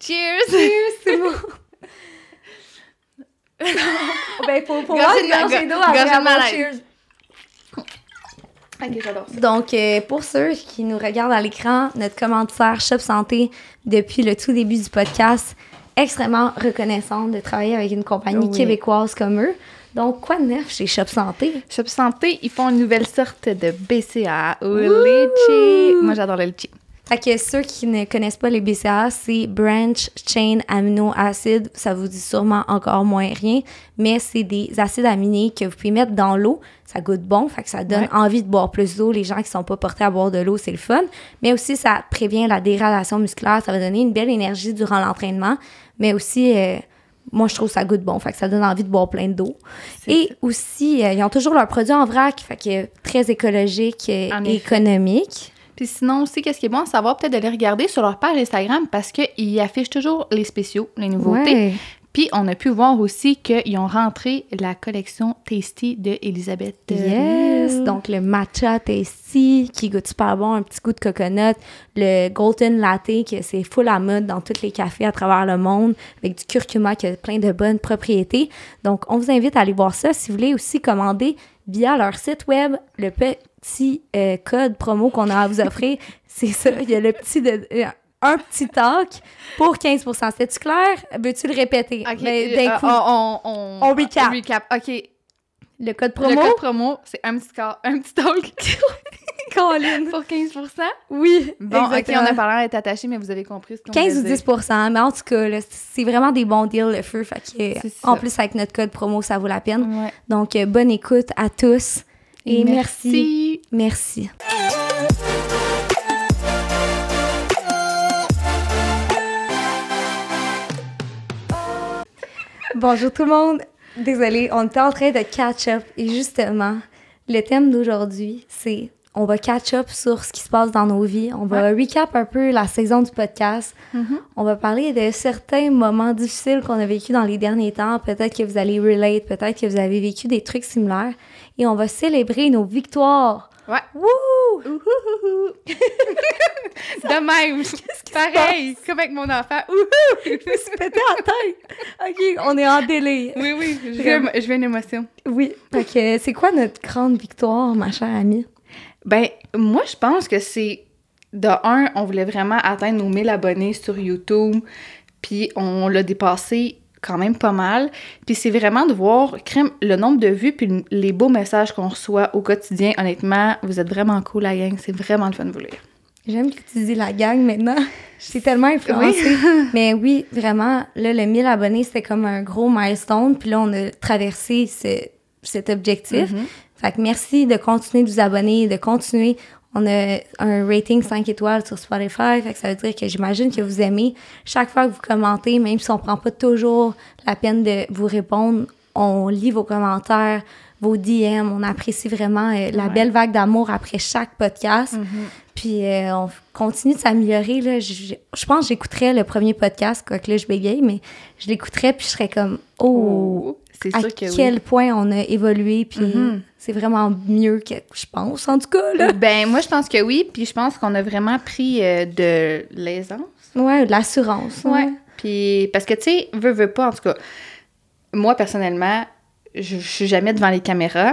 Cheers! C'est bon. Ben, faut voir une gorgée d'eau avant de cheers. Ok, j'adore ça. Donc, pour ceux qui nous regardent à l'écran, notre commanditaire Shop Santé, depuis le tout début du podcast, extrêmement reconnaissante de travailler avec une compagnie québécoise comme eux. Donc, quoi de neuf chez Shop Santé? Shop Santé, ils font une nouvelle sorte de BCA au litchi. Moi, j'adore le litchi. Fait que ceux qui ne connaissent pas les BCA, c'est Branch Chain Amino Acid. Ça vous dit sûrement encore moins rien, mais c'est des acides aminés que vous pouvez mettre dans l'eau. Ça goûte bon, fait que ça donne envie de boire plus d'eau. Les gens qui sont pas portés à boire de l'eau, c'est le fun. Mais aussi, ça prévient la dégradation musculaire. Ça va donner une belle énergie durant l'entraînement. Mais aussi, moi, je trouve que ça goûte bon. Fait que ça donne envie de boire plein d'eau. Et aussi, ils ont toujours leurs produits en vrac. Fait que très écologique et économique. Puis sinon aussi, qu'est-ce qui est bon à savoir, peut-être de les regarder sur leur page Instagram parce qu'ils affichent toujours les spéciaux, les nouveautés. Ouais. Puis on a pu voir aussi qu'ils ont rentré la collection Tasty de Elisabeth. Yes! Donc le matcha tasty qui goûte super bon, un petit goût de coconut. Le golden latte que c'est full à mode dans tous les cafés à travers le monde avec du curcuma qui a plein de bonnes propriétés. Donc on vous invite à aller voir ça. Si vous voulez aussi commander via leur site web, le petit code promo qu'on a à vous offrir, c'est ça. Il y a le petit un petit talk pour 15%. C'était-tu clair? Veux-tu le répéter? OK. Mais d'un coup, on recap. OK. Le code promo? Le code promo, c'est un petit talk. Colin. Pour 15%? Oui, bon, exactement. OK, on a parlé d'être attaché, mais vous avez compris ce qu'on 15 ou 10%, mais en tout cas, là, c'est vraiment des bons deals, le feu. Fait que, en plus, avec notre code promo, ça vaut la peine. Ouais. Donc, bonne écoute à tous. Et merci. Merci. Bonjour tout le monde. Désolée, on était en train de catch-up. Et justement, le thème d'aujourd'hui, c'est on va catch-up sur ce qui se passe dans nos vies. On va recap un peu la saison du podcast. On va parler de certains moments difficiles qu'on a vécu dans les derniers temps. Peut-être que vous allez relate, peut-être que vous avez vécu des trucs similaires. Et on va célébrer nos victoires. Ouais. Wouh! De même. Pareil, comme avec mon enfant. Je me suis pété la tête. OK, on est en délai. Oui, je veux une émotion. Oui. Fait que c'est quoi notre grande victoire, ma chère amie? Ben, moi, je pense que c'est... De un, on voulait vraiment atteindre nos 1000 abonnés sur YouTube, puis on l'a dépassé quand même pas mal. Puis c'est vraiment de voir le nombre de vues puis les beaux messages qu'on reçoit au quotidien. Honnêtement, vous êtes vraiment cool, la gang. C'est vraiment le fun de vous lire. J'aime que tu dis la gang maintenant. Je suis tellement influencée. Oui. Mais oui, vraiment, là, le 1000 abonnés, c'était comme un gros milestone. Puis là, on a traversé cet objectif. Fait que merci de continuer de vous abonner, de continuer. On a un rating 5 étoiles sur Spotify, fait que ça veut dire que j'imagine que vous aimez. Chaque fois que vous commentez, même si on prend pas toujours la peine de vous répondre, on lit vos commentaires, vos DM, on apprécie vraiment la belle vague d'amour après chaque podcast. Puis on continue de s'améliorer. Là. Je pense que j'écouterais le premier podcast, quoique là, je bégaye, mais je l'écouterais puis je serais comme « Oh! » C'est à sûr que quel point on a évolué, puis c'est vraiment mieux que je pense, en tout cas. Là. Ben, moi, je pense que oui, puis je pense qu'on a vraiment pris de l'aisance. Ouais, de l'assurance. Ouais. Puis, parce que, tu sais, veux pas, en tout cas, moi, personnellement, je suis jamais devant les caméras.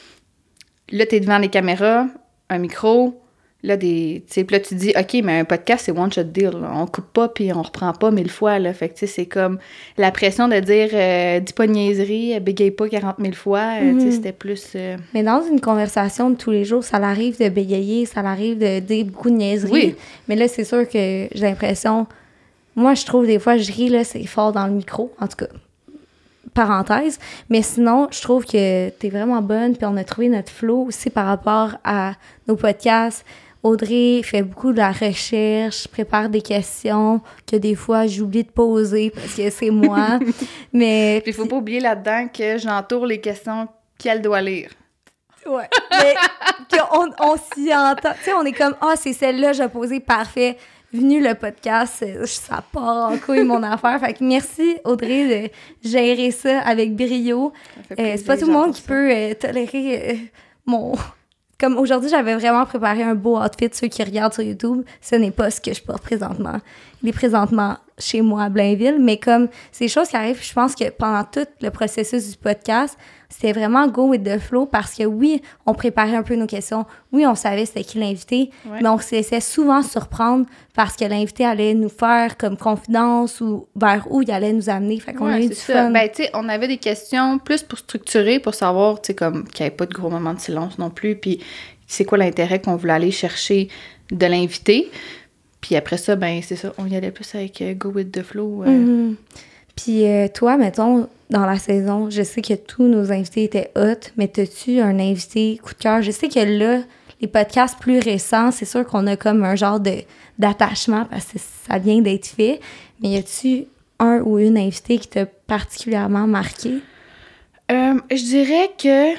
Là, t'es devant les caméras, un micro, là, puis là, tu dis, OK, mais un podcast, c'est one-shot deal. Là. On coupe pas, puis on reprend pas 1000 fois, là. Fait que, tu sais, c'est comme la pression de dire, dis pas de niaiserie, bégaye pas 40 000 fois. Tu sais, c'était plus... Mais dans une conversation de tous les jours, ça l'arrive de bégayer, ça l'arrive de dire beaucoup de niaiseries. Oui. Mais là, c'est sûr que j'ai l'impression... Moi, je trouve, des fois, je ris, là, c'est fort dans le micro, en tout cas. Parenthèse. Mais sinon, je trouve que t'es vraiment bonne, puis on a trouvé notre flow aussi par rapport à nos podcasts. Audrey fait beaucoup de la recherche, prépare des questions que des fois j'oublie de poser parce que c'est moi. Mais puis il faut pas oublier là-dedans que j'entoure les questions qu'elle doit lire. Ouais. Mais qu'on s'y entend. Tu sais, on est comme c'est celle-là, j'ai posé, parfait. Venu le podcast, ça part en couille mon affaire. Fait que merci Audrey de gérer ça avec brio. C'est pas tout le monde qui peut tolérer mon... Comme aujourd'hui, j'avais vraiment préparé un beau outfit. Ceux qui regardent sur YouTube, ce n'est pas ce que je porte présentement. il est présentement chez moi à Blainville, mais comme c'est des choses qui arrivent, je pense que pendant tout le processus du podcast, c'était vraiment go with the flow parce que oui, on préparait un peu nos questions, oui, on savait c'était qui l'invité, mais on se laissait souvent surprendre parce que l'invité allait nous faire comme confidence ou vers où il allait nous amener, fait qu'on a eu du fun. Ben, tu sais, on avait des questions plus pour structurer, pour savoir, tu sais, comme qu'il n'y avait pas de gros moments de silence non plus, puis c'est quoi l'intérêt qu'on voulait aller chercher de l'invité. Puis après ça, ben c'est ça, on y allait plus avec Go with the flow. Puis toi, mettons, dans la saison, je sais que tous nos invités étaient hot, mais t'as-tu un invité coup de cœur? Je sais que là, les podcasts plus récents, c'est sûr qu'on a comme un genre d'attachement parce que ça vient d'être fait, mais y a-tu un ou une invitée qui t'a particulièrement marqué? Je dirais que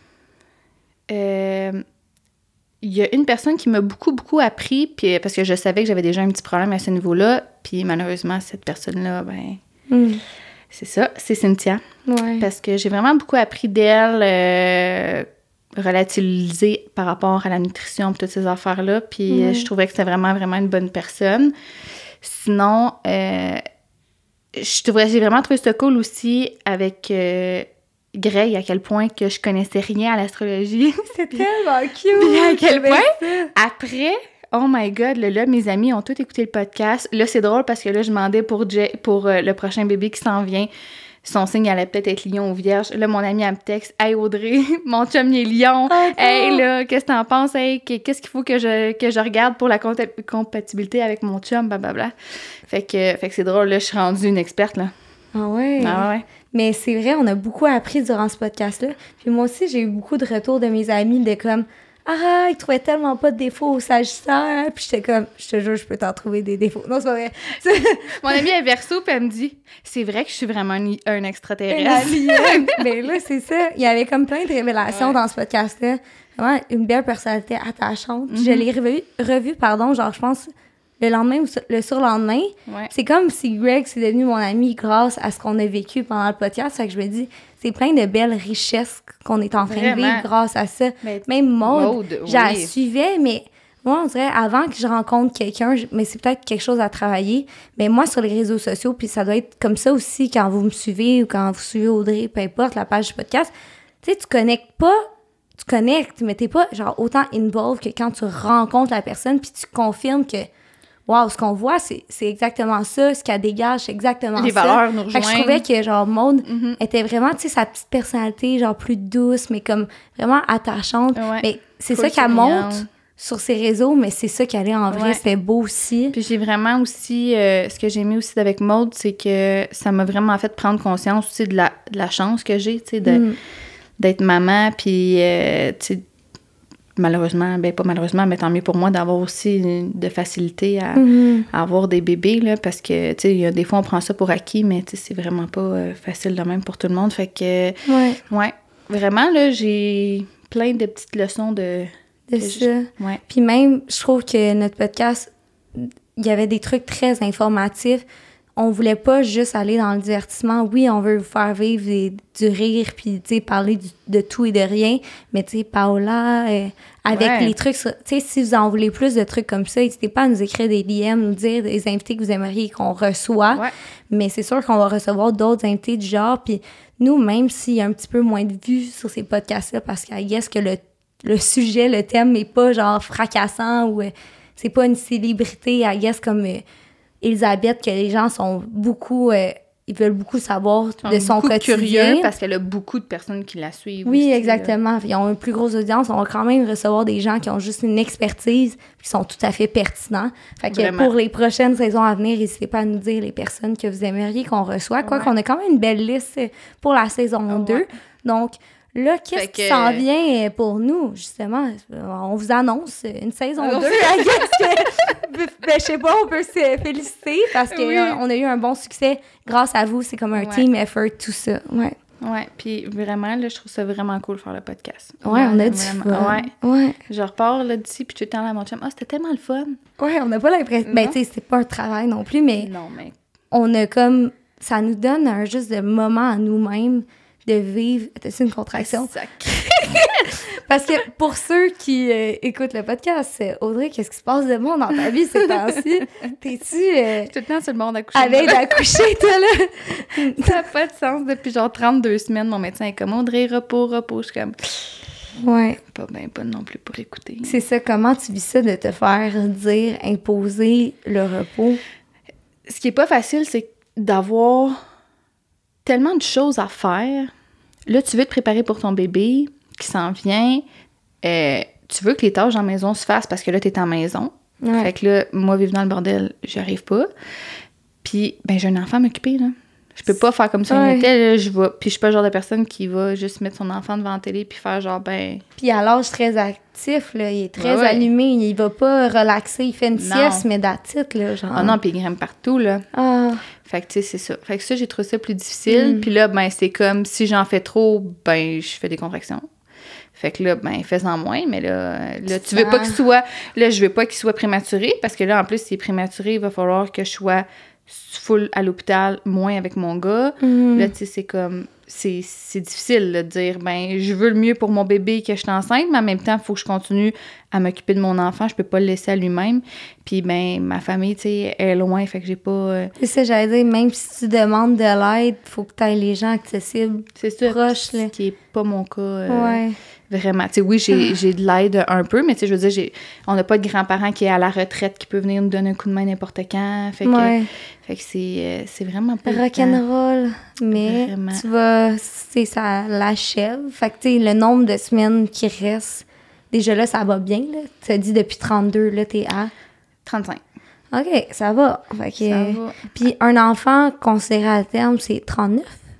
il y a une personne qui m'a beaucoup, beaucoup appris, puis parce que je savais que j'avais déjà un petit problème à ce niveau-là, puis malheureusement, cette personne-là, c'est ça, c'est Cynthia. Ouais. Parce que j'ai vraiment beaucoup appris d'elle, relativisée par rapport à la nutrition et toutes ces affaires-là, puis je trouvais que c'était vraiment, vraiment une bonne personne. Sinon, j'ai vraiment trouvé ça cool aussi avec... Grey, à quel point que je connaissais rien à l'astrologie. C'est tellement cute! Puis à quel point, après, oh my God, là, mes amis ont tous écouté le podcast. Là, c'est drôle parce que là, je demandais pour le prochain bébé qui s'en vient, son signe allait peut-être être lion ou vierge. Là, mon ami, elle me texte « Hey Audrey, mon chum, il est lion. Hey, là, qu'est-ce que t'en penses? Hey, qu'est-ce qu'il faut que je regarde pour la compatibilité avec mon chum? Blablabla. » Fait que c'est drôle, là, je suis rendue une experte, là. Ah ouais? Ah ouais. Mais c'est vrai, on a beaucoup appris durant ce podcast-là. Puis moi aussi, j'ai eu beaucoup de retours de mes amis de comme « Ah, ils trouvaient tellement pas de défauts au Sagittaire. » Puis j'étais comme « Je te jure, je peux t'en trouver des défauts. » Non, c'est pas vrai. Mon amie est Verseau, puis elle me dit « C'est vrai que je suis vraiment un extraterrestre. » Mais là, c'est ça. Il y avait comme plein de révélations dans ce podcast-là. Vraiment, une belle personnalité attachante. Puis je l'ai revu, genre, je pense... le lendemain ou le surlendemain. Ouais. C'est comme si Greg c'est devenu mon ami grâce à ce qu'on a vécu pendant le podcast. Fait que je me dis, c'est plein de belles richesses qu'on est en train de vivre grâce à ça. Mais même Maude, je la suivais, mais moi, on dirait, avant que je rencontre quelqu'un, mais c'est peut-être quelque chose à travailler, mais moi, sur les réseaux sociaux, puis ça doit être comme ça aussi quand vous me suivez ou quand vous suivez Audrey, peu importe, la page du podcast, tu sais, tu connectes, mais t'es pas genre autant involved que quand tu rencontres la personne puis tu confirmes que wow, ce qu'on voit, c'est exactement ça. Ce qu'elle dégage, c'est exactement ça. Les valeurs nous rejoignent. Fait que je trouvais que, genre, Maude était vraiment, tu sais, sa petite personnalité, genre, plus douce, mais comme vraiment attachante. Ouais. Mais c'est ça qu'elle montre sur ses réseaux, mais c'est ça qu'elle est en vrai. C'était beau aussi. Puis j'ai vraiment aussi... ce que j'ai aimé aussi avec Maude, c'est que ça m'a vraiment fait prendre conscience aussi de la chance que j'ai, tu sais, d'être maman, puis, tu sais, malheureusement, pas malheureusement, mais tant mieux pour moi d'avoir aussi de facilité à avoir des bébés, là, parce que, tu sais, des fois, on prend ça pour acquis, mais, tu sais, c'est vraiment pas facile de même pour tout le monde. Fait que, ouais, vraiment, là, j'ai plein de petites leçons de ça. Ouais. Puis même, je trouve que notre podcast, il y avait des trucs très informatifs. On voulait pas juste aller dans le divertissement. Oui, on veut vous faire vivre du rire puis, tu sais, parler de tout et de rien. Mais, tu sais, Paola, avec les trucs... Tu sais, si vous en voulez plus de trucs comme ça, n'hésitez pas à nous écrire des DM, nous dire des invités que vous aimeriez qu'on reçoit. Ouais. Mais c'est sûr qu'on va recevoir d'autres invités du genre. Puis nous, même s'il y a un petit peu moins de vues sur ces podcasts-là, parce qu'à guess que le sujet, le thème n'est pas, genre, fracassant ou c'est pas une célébrité, à guess, comme... Elisabeth, que les gens sont beaucoup... ils veulent beaucoup savoir de son quotidien. Curieux parce qu'elle a beaucoup de personnes qui la suivent. Oui, aussi, exactement. Là. Ils ont une plus grosse audience. On va quand même recevoir des gens qui ont juste une expertise qui sont tout à fait pertinents. Fait que pour les prochaines saisons à venir, n'hésitez pas à nous dire les personnes que vous aimeriez qu'on reçoit. Quoi qu'on a quand même une belle liste pour la saison 2. Donc... là, qu'est-ce qui s'en vient pour nous, justement? On vous annonce une saison 2. Je sais pas, on peut se féliciter parce qu'on a eu un bon succès grâce à vous. C'est comme un team effort, tout ça. Ouais, puis vraiment, là, je trouve ça vraiment cool de faire le podcast. Ouais, on a du fun. Ouais. Je repars là d'ici, puis tout le temps à mon chum. Ah, c'était tellement le fun. Ouais, on n'a pas l'impression... Ben, tu sais, c'est pas un travail non plus, mais... Non, mais... on a comme... ça nous donne juste de moment à nous-mêmes de vivre... T'as-tu une contraction? Parce que pour ceux qui écoutent le podcast, Audrey, qu'est-ce qui se passe de bon dans ta vie ces temps-ci? T'es-tu... Tout le temps sur le bord d'accoucher. Avec d'accoucher, toi, là? Ça n'a pas de sens. Depuis genre 32 semaines, mon médecin est comme Audrey, repos. Je suis comme... Ouais. Pas bien bonne non plus pour écouter. C'est ça. Comment tu vis ça de te faire dire, imposer le repos? Ce qui est pas facile, c'est d'avoir tellement de choses à faire. Là, tu veux te préparer pour ton bébé qui s'en vient. Tu veux que les tâches en maison se fassent parce que là, t'es en maison. Ouais. Fait que là, moi, vivre dans le bordel, j'y arrive pas. Puis, ben, j'ai un enfant à m'occuper, là. Je peux pas faire comme ça Ouais. était, là, je vais... Puis je suis pas le genre de personne qui va juste mettre son enfant devant la télé puis faire genre, ben... Puis à l'âge très actif, là, il est très Ouais. allumé. Il va pas relaxer. Il fait une Non. sieste, mais d'attitude, là, genre... Ah non, puis il grimpe partout, là. Ah, Fait que, tu sais, c'est ça. Fait que ça, j'ai trouvé ça plus difficile. Puis là, ben, c'est comme, si j'en fais trop, ben, je fais des contractions. Fait que là, ben, fais-en moins, mais là tu veux pas qu'il soit... Là, je veux pas qu'il soit prématuré, parce que là, en plus, s'il est prématuré, il va falloir que je sois full à l'hôpital, moins avec mon gars. Là, tu sais, c'est comme... C'est difficile là, de dire, ben, je veux le mieux pour mon bébé que je suis enceinte, mais en même temps, il faut que je continue à m'occuper de mon enfant. Je peux pas le laisser à lui-même. Puis, ben, ma famille, tu sais, est loin, fait que j'ai pas... c'est ça, j'allais dire, même si tu demandes de l'aide, faut que tu aies les gens accessibles. C'est ça, proche, là. ce qui est pas mon cas. Ouais. Vraiment. Tu sais, oui, j'ai de l'aide un peu, mais tu sais, je veux dire, on n'a pas de grands-parents qui est à la retraite, qui peut venir nous donner un coup de main n'importe quand. Fait que c'est vraiment pas... Rock'n'roll, mais Vraiment. tu vas... C'est ça l'achève. Fait que, tu sais, le nombre de semaines qui restent, déjà là, ça va bien, là. Tu as dit depuis 32, là, t'es à... 35. OK, ça va. Fait que... Ça va. Puis un enfant considéré à terme, c'est 39?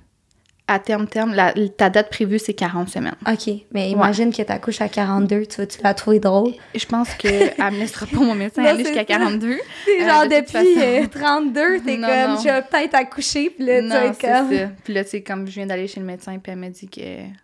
À terme, ta date prévue, c'est 40 semaines. OK, mais imagine que t'accouches à 42, tu vas-tu la trouver drôle? Je pense qu'elle me laissera pas mon médecin Non, aller c'est jusqu'à ça. 42. C'est genre de toute depuis façon. 32, t'es Non, comme, non. je vais peut-être accoucher, puis là, tu vas Non, être c'est comme... ça. Puis là, tu sais, comme je viens d'aller chez le médecin, puis elle m'a dit que...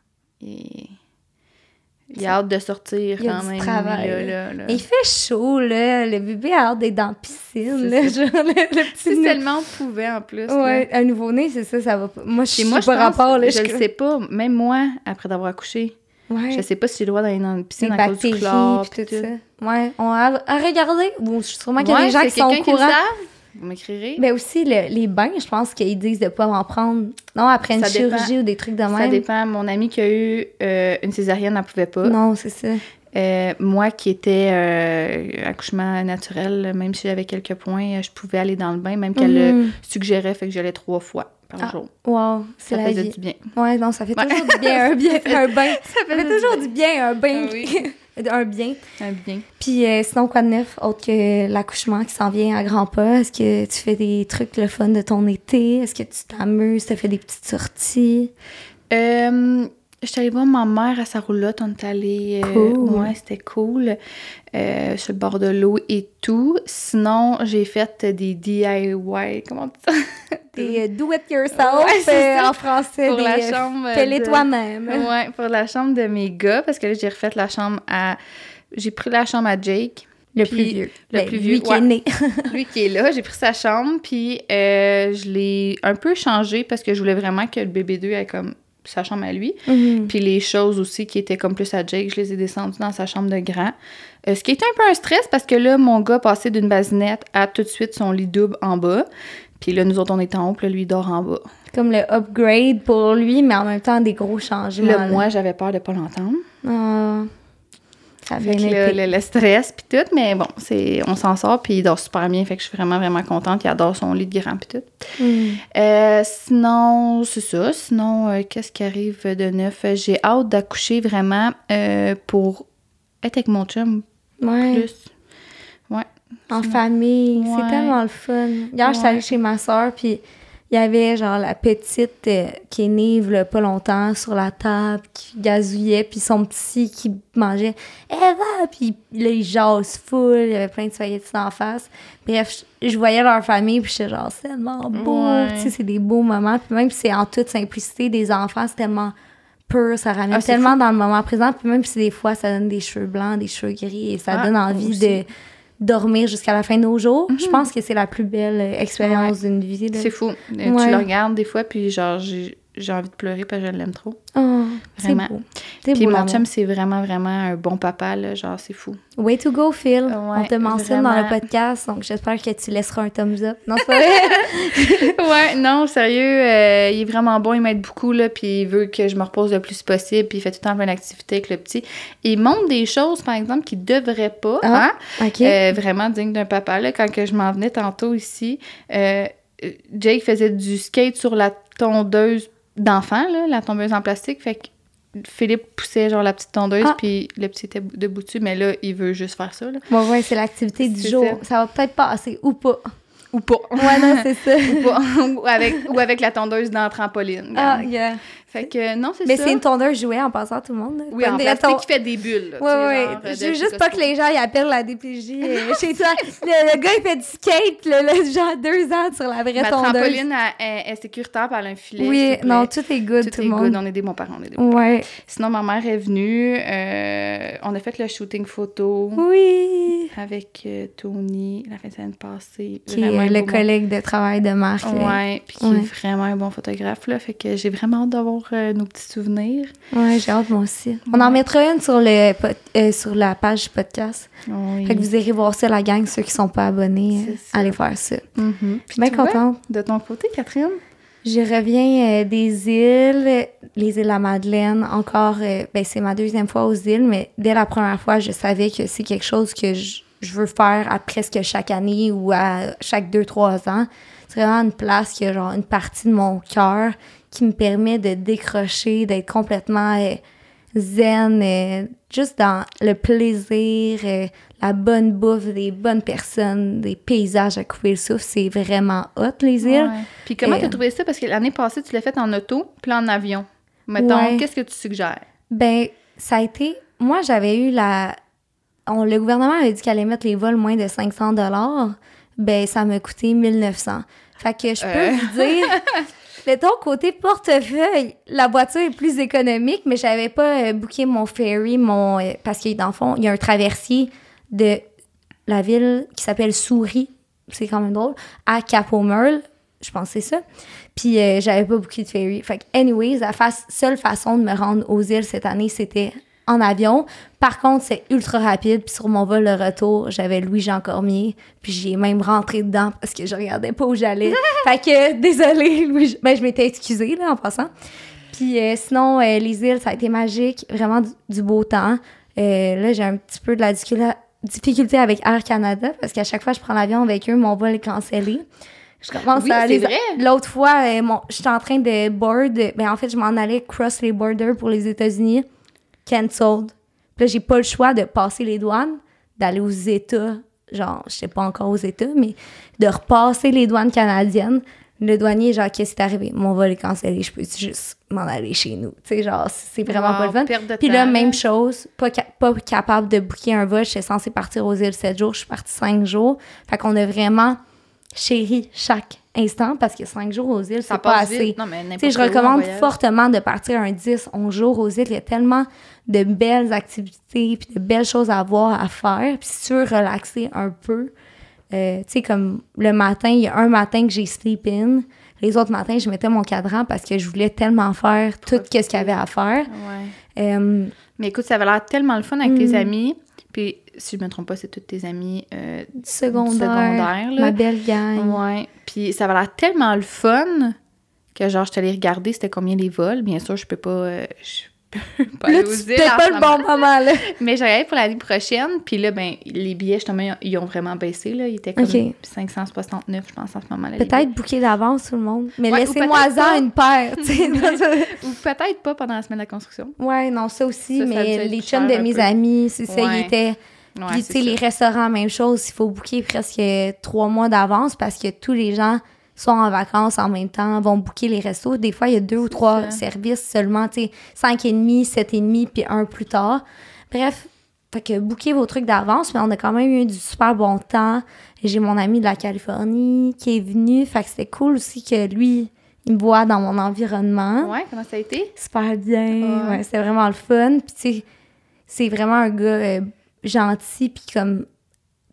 Il a hâte de sortir Il y a quand du même. travail, lui, là. là. Il fait chaud, là. Le bébé a hâte d'être dans la piscine, C'est là. ça. Genre, le petit... Si seulement on pouvait, en plus. Ouais, un nouveau-né, c'est ça, ça va pas. Moi, je Et suis moi, je pas pense, rapport, là. je le sais pas, même moi, après d'avoir accouché, Ouais. je sais pas si j'ai le droit d'aller dans une piscine Les à cause du bactéries, chlore. puis tout ça. Ouais, on a à regarder. Bon, sûrement qu'il y a Ouais, des gens c'est qui sont au quelqu'un qui le courant. savent. Vous m'écrirez. Mais aussi, les bains, je pense qu'ils disent de pas en prendre. Non, après une Ça dépend. chirurgie ou des trucs de même. Ça dépend. Mon amie qui a eu une césarienne, elle pouvait pas. Non, c'est ça. Moi qui étais accouchement naturel, même si j'avais quelques points, je pouvais aller dans le bain, même qu'elle le suggérait, fait que j'allais 3 fois par jour. Wow, c'est Ça la faisait vie. du bien. Ouais, non, ça fait toujours du bien, un bain. Ça fait toujours du bien, un bain. Oui. Un bien. Un bien. Puis sinon, quoi de neuf, autre que l'accouchement qui s'en vient à grands pas? Est-ce que tu fais des trucs le fun de ton été? Est-ce que tu t'amuses? Tu fais des petites sorties? Je suis allée voir ma mère à sa roulotte. On est allé. Cool. Ouais, c'était cool. Sur le bord de l'eau et tout. Sinon, j'ai fait des DIY. Comment on dit ça? Des do-it-yourself Ouais, c'est ça. en français. Pour des, la chambre. fais-les toi-même. Ouais, pour la chambre de mes gars. Parce que là, j'ai refait la chambre à. J'ai pris la chambre à Jake. Le Puis plus vieux. le plus vieux, Lui qui est né. Lui qui est là, j'ai pris sa chambre, puis je l'ai un peu changé parce que je voulais vraiment que le bébé 2 ait comme sa chambre à lui. Puis les choses aussi qui étaient comme plus à Jake, je les ai descendues dans sa chambre de grand. Ce qui était un peu un stress parce que là, mon gars passait d'une basinette à tout de suite son lit double en bas. Puis là, nous autres, on est en haut, puis là, lui, il dort en bas. Comme le upgrade pour lui, mais en même temps, des gros changements. Là, moi, j'avais peur de pas l'entendre. Ah, ça Fait vient que le stress, puis tout, mais bon, on s'en sort, puis il dort super bien, fait que je suis vraiment, vraiment contente. Il adore son lit de grand, puis tout. Sinon, c'est ça. Sinon, qu'est-ce qui arrive de neuf? J'ai hâte d'accoucher vraiment pour être avec mon chum Ouais. plus. Ouais. En famille, Ouais. c'est tellement le fun. Hier, j'étais allée chez ma soeur, puis il y avait genre la petite qui est née il y a pas longtemps sur la table, qui gazouillait, puis son petit qui mangeait « Eva! » Puis là, il jase full, il y avait plein de spaghettis en face. Bref, je voyais leur famille, puis j'étais genre « C'est tellement beau! Ouais. Tu sais, c'est des beaux moments. Puis même si c'est en toute simplicité, des enfants, c'est tellement pur, ça ramène c'est tellement fou. dans le moment présent. Puis même si des fois, ça donne des cheveux blancs, des cheveux gris, et ça Ah, donne envie aussi. de dormir jusqu'à la fin de nos jours. Je pense que c'est la plus belle expérience d'une vie. Là. C'est fou. Tu Ouais. le regardes des fois, puis genre, j'ai envie de pleurer parce que je l'aime trop. Oh. Vraiment. C'est beau. C'est Puis beau, mon l'amour. chum, c'est vraiment, vraiment un bon papa, là, genre, c'est fou. Way to go, Phil. Ouais, On te mentionne dans vraiment. le podcast, donc j'espère que tu laisseras un thumbs up. Non, c'est pas vrai? Ouais, non, sérieux, il est vraiment bon, il m'aide beaucoup, là, puis il veut que je me repose le plus possible, puis il fait tout le temps plein d'activités avec le petit. Il montre des choses, par exemple, qu'il devrait pas, Ah, hein? OK. Vraiment digne d'un papa, là. Quand que je m'en venais tantôt ici, Jake faisait du skate sur la tondeuse d'enfant, là, la tondeuse en plastique, fait que Philippe poussait, genre, la petite tondeuse, puis le petit était debout dessus, mais là, il veut juste faire ça, là. Bon, ouais, c'est l'activité du C'est jour. ça. Ça va peut-être passer ou pas. Ou pas. Ouais, non, c'est ça. ou avec la tondeuse dans la trampoline. Ah, regarde. yeah. Fait que non, c'est Mais ça. c'est une tondeuse jouet en passant tout le monde. Là. Oui, en plastique qui fait des bulles. Là, Ouais. genre, Je veux juste pas que les gens y appellent la DPJ chez toi. Le gars, il fait du skate, là, genre 2 ans sur la vraie Ma tondeuse. trampoline est sécuritaire, puis elle a un filet. Oui, s'il vous plaît. non, tout est good, tout est le monde. good. On est des bons parents, on est des bons parents. Ouais. Sinon, ma mère est venue. On a fait le shooting photo Oui. avec Tony la fin de semaine passée. Qui Vraiment est un le beau collègue de travail de Marc. Ouais, puis qui Ouais. est vraiment un bon photographe, là. Fait que j'ai vraiment hâte d'avoir nos petits souvenirs. Ouais, j'ai hâte, moi aussi. On en mettra une sur sur la page podcast. Oui. Fait que vous irez voir ça, la gang, ceux qui sont pas abonnés. C'est ça. Allez faire ça. Mhm. Je Puis suis bien toi, contente. de ton côté, Catherine? Je reviens des îles, les îles à Madeleine. Encore, c'est ma 2e fois aux îles, mais dès la première fois, je savais que c'est quelque chose que je veux faire à presque chaque année ou à chaque 2-3 ans. C'est vraiment une place qui a genre une partie de mon cœur qui me permet de décrocher, d'être complètement zen, juste dans le plaisir, la bonne bouffe, des bonnes personnes, des paysages à couper le souffle. C'est vraiment hot, les îles. Ouais. Puis comment t'as trouvé ça? Parce que l'année passée, tu l'as fait en auto, puis en avion. Mettons, Ouais. qu'est-ce que tu suggères? Ben, ça a été... Moi, j'avais eu le gouvernement avait dit qu'elle allait mettre les vols moins de 500 $. Ben, ça m'a coûté 1900. Fait que je peux vous dire... Mettons, côté portefeuille, la voiture est plus économique, mais j'avais pas booké mon ferry, parce que dans le fond, il y a un traversier de la ville qui s'appelle Souris, c'est quand même drôle, à Cap-au-Merle, je pense que c'est ça. Puis j'avais pas booké de ferry. Fait que, anyways, la seule façon de me rendre aux îles cette année, c'était en avion. Par contre, c'est ultra rapide. Puis sur mon vol de retour, j'avais Louis-Jean Cormier. Puis j'ai même rentré dedans parce que je regardais pas où j'allais. Fait que, désolée, Louis. Ben, je m'étais excusée, là, en passant. Puis sinon, les îles, ça a été magique. Vraiment du beau temps. Là, j'ai un petit peu de la difficulté avec Air Canada parce qu'à chaque fois que je prends l'avion avec eux, mon vol est cancellé. Je commence à aller... c'est vrai. L'autre fois, j'étais en train de board. Ben, en fait, je m'en allais cross les borders pour les États-Unis. Cancelled. Puis là, j'ai pas le choix de passer les douanes, d'aller aux États, genre, je sais pas encore aux États, mais de repasser les douanes canadiennes. Le douanier, genre, qu'est-ce qui est arrivé? Mon vol est cancellé, je peux juste m'en aller chez nous. Tu sais, genre, c'est vraiment pas le fun. Perte de Puis là, temps, même chose, pas capable de booker un vol. J'étais censée partir aux îles 7 jours, je suis partie 5 jours. Fait qu'on a vraiment chéri chaque instant parce que 5 jours aux îles, Ça c'est pas passe assez. vite. Non, mais n'importe Tu sais, je où en recommande voyage. fortement de partir un 10-11 jours aux îles. Il y a tellement de belles activités puis de belles choses à voir, à faire. Puis si tu veux relaxer un peu, tu sais, comme le matin, il y a un matin que j'ai sleep-in. Les autres matins, je mettais mon cadran parce que je voulais tellement faire tout ce qu'il y avait à faire. Ouais. Mais écoute, ça avait l'air tellement le fun avec tes amis. Puis, si je me trompe pas, c'est tous tes amis Du secondaire, là. ma belle gang. Ouais. Puis, ça avait l'air tellement le fun que, genre, je t'allais regarder c'était combien les vols. Bien sûr, je peux pas... pas Là, aller aux îles c'était en pas ce le moment. bon moment, là. Mais j'ai regardé pour l'année prochaine. Puis là, ben les billets, justement, ils ont vraiment baissé. Là. Ils étaient comme OK. 569, je pense, en ce moment. Là, les Peut-être booker d'avance tout le monde. Mais Ouais, ou laissez-moi-en peut-être pas. une paire, tu sais. billets. Ou peut-être pas pendant la semaine de la construction. Ouais, non, ça aussi, Ça a mais dû être les plus chums cher de un mes peu. amis, c'est ça, Ouais. ils étaient... Ouais, Puis, tu c'est sais, les ça. restaurants, même chose, il faut booker presque 3 mois d'avance parce que tous les gens sont en vacances en même temps, vont booker les restos. Des fois, il y a 2 ou 3 ça. services seulement, tu sais, 5,5, 7,5, puis un plus tard. Bref, fait que bookez vos trucs d'avance, mais on a quand même eu du super bon temps. J'ai mon ami de la Californie qui est venu, fait que c'était cool aussi que lui, il me voit dans mon environnement. Ouais, comment ça a été? Super bien, Ouais. ouais, c'était vraiment le fun. Puis tu sais, c'est vraiment un gars gentil, puis comme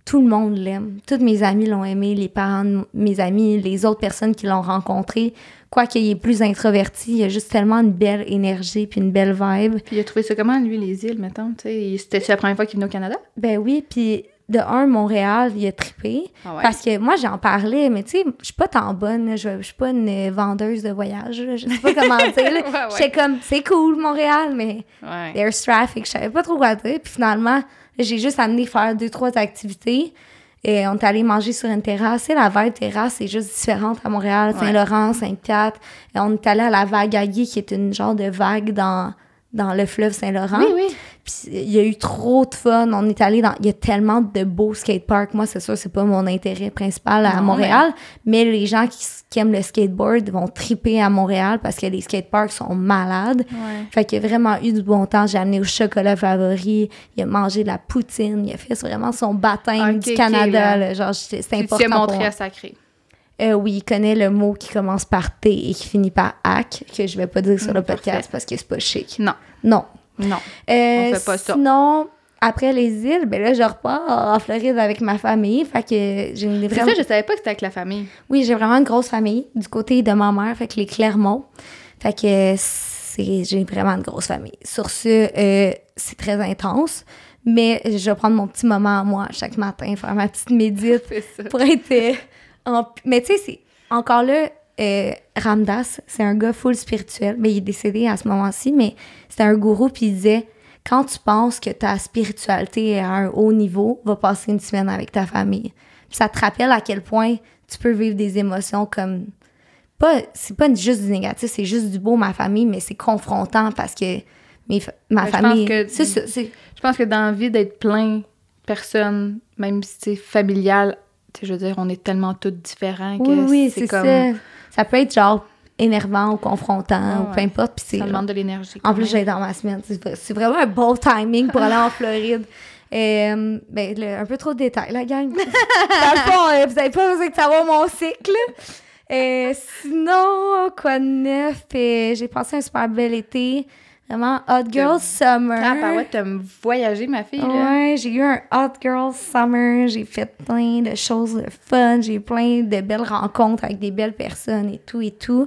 tout le monde l'aime. Toutes mes amies l'ont aimé, les parents de mes amis, les autres personnes qui l'ont rencontré. Quoiqu'il est plus introverti, il a juste tellement une belle énergie puis une belle vibe. Puis il a trouvé ça comment, lui, les îles, mettons? C'était la première fois qu'il venait au Canada? Ben oui, puis de Montréal, il a trippé. Ah ouais? Parce que moi, j'en parlais, mais tu sais, je suis pas tant bonne. Là, je suis pas une vendeuse de voyage. Là, je sais pas comment dire. Là. Ouais. J'étais comme, c'est cool, Montréal, mais Ouais. there's traffic. Je savais pas trop quoi dire. Puis finalement, j'ai juste amené faire 2-3 activités. Et on est allé manger sur une terrasse. Et la vibe terrasse est juste différente à Montréal, Saint-Laurent, Sainte-Cat. Et on est allé à la vague Agui, qui est une genre de vague dans le fleuve Saint-Laurent. Oui. Puis il y a eu trop de fun. On est allé il y a tellement de beaux skateparks. Moi, c'est sûr, c'est pas mon intérêt principal à Montréal. Mais les gens qui aiment le skateboard vont triper à Montréal parce que les skateparks sont malades. Ouais. Fait qu'il y a vraiment eu du bon temps. J'ai amené au chocolat favori. Il a mangé de la poutine. Il a fait vraiment son baptême du Canada. Là. Genre, c'est important Tu as pour montré moi. à Sacré. Oui, il connaît le mot qui commence par T et qui finit par AC, que je vais pas dire sur le podcast Parfait. parce que c'est pas chic. Non. Non. On fait pas ça. Sinon, après les îles, ben là, je repars en Floride avec ma famille. Fait que j'ai une C'est ça, je savais pas que c'était avec la famille. Oui, j'ai vraiment une grosse famille du côté de ma mère, fait que les Clermont. Fait que j'ai vraiment une grosse famille. Sur ce, c'est très intense. Mais je vais prendre mon petit moment à moi chaque matin, faire ma petite médite C'est ça. pour être Mais tu sais, c'est encore là, Ramdas, c'est un gars full spirituel. Mais il est décédé à ce moment-ci, mais c'était un gourou, puis il disait, quand tu penses que ta spiritualité est à un haut niveau, va passer une semaine avec ta famille. Puis ça te rappelle à quel point tu peux vivre des émotions comme... C'est pas juste du négatif, c'est juste du beau, ma famille, mais c'est confrontant parce que ma famille... Je pense que dans la vie d'être plein de personnes, même si c'est familial, je veux dire, on est tellement toutes différents que oui, c'est comme... ça. Ça peut être genre énervant ou confrontant ou peu importe. Puis ça demande de l'énergie. En plus, j'ai dans ma semaine. C'est vraiment un bon timing pour aller en Floride. Un peu trop de détails, la gang. Dans le fond, vous n'avez pas besoin de savoir mon cycle. Sinon, quoi de neuf? J'ai passé un super bel été. Vraiment, hot girl summer. Ah, bah ouais, t'as voyagé, ma fille, là. Ouais, j'ai eu un hot girl summer. J'ai fait plein de choses de fun. J'ai eu plein de belles rencontres avec des belles personnes et tout et tout.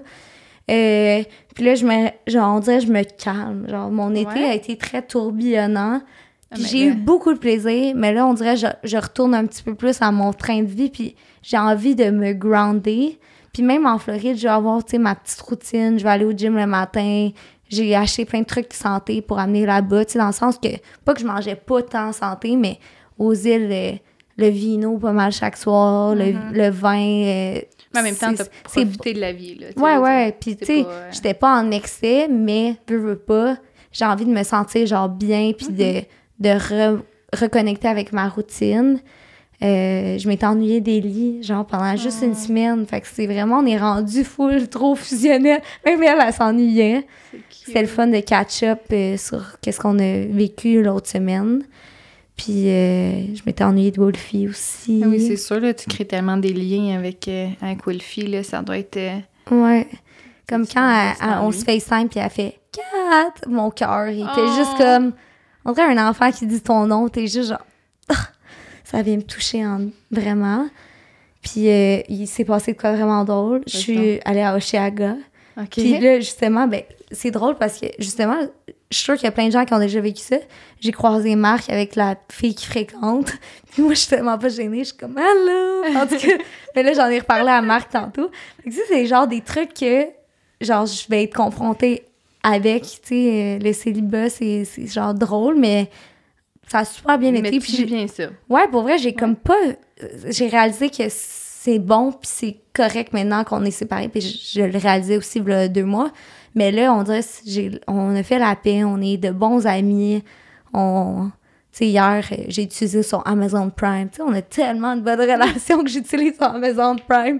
Puis là, on dirait que je me calme. Genre, mon été a été très tourbillonnant. Puis j'ai eu beaucoup de plaisir, mais là, on dirait que je retourne un petit peu plus à mon train de vie, puis j'ai envie de me grounder. Puis même en Floride, je vais avoir, tu sais, ma petite routine. Je vais aller au gym le matin. J'ai acheté plein de trucs de santé pour amener là-bas, tu sais, dans le sens que, pas que je mangeais pas tant santé, mais aux îles, le vino pas mal chaque soir, le vin... mais en même temps, t'as profité de la vie, là. Ouais. Puis, tu sais, j'étais pas en excès, mais, veux pas, j'ai envie de me sentir, genre, bien, puis de reconnecter avec ma routine. Je m'étais ennuyée des lits, genre, pendant juste une semaine. Fait que c'est vraiment, on est rendu full, trop fusionnel. Même elle s'ennuyait. C'était le fun de catch-up sur qu'est-ce qu'on a vécu l'autre semaine. Puis, je m'étais ennuyée de Wolfie aussi. Ah oui, c'est sûr, là, tu crées tellement des liens avec Wolfie, là, ça doit être... Ouais. Comme quand on se FaceTime, puis elle fait « Kat! » Mon cœur, il était juste comme... On dirait un enfant qui dit ton nom, t'es juste genre... Ça vient me toucher vraiment. Puis, il s'est passé de quoi vraiment drôle. Je suis allée à Oshéaga. Puis là, justement, c'est drôle parce que, justement, je suis sûre qu'il y a plein de gens qui ont déjà vécu ça. J'ai croisé Marc avec la fille qui fréquente. Puis moi, je suis tellement pas gênée. Je suis comme « Allô! » En tout cas, mais là, j'en ai reparlé à Marc tantôt. Fait que, c'est genre des trucs que, genre, je vais être confrontée avec, tu sais, le célibat, c'est genre drôle, mais ça a super bien été. Puis j'ai bien ça. Ouais, pour vrai, j'ai comme pas... J'ai réalisé que c'est bon, puis c'est correct maintenant qu'on est séparés, puis je le réalisais aussi il y a 2 mois. Mais là, on dirait on a fait la paix, on est de bons amis. Tu sais, hier, j'ai utilisé son Amazon Prime. Tu sais, on a tellement de bonnes relations que j'utilise son Amazon Prime.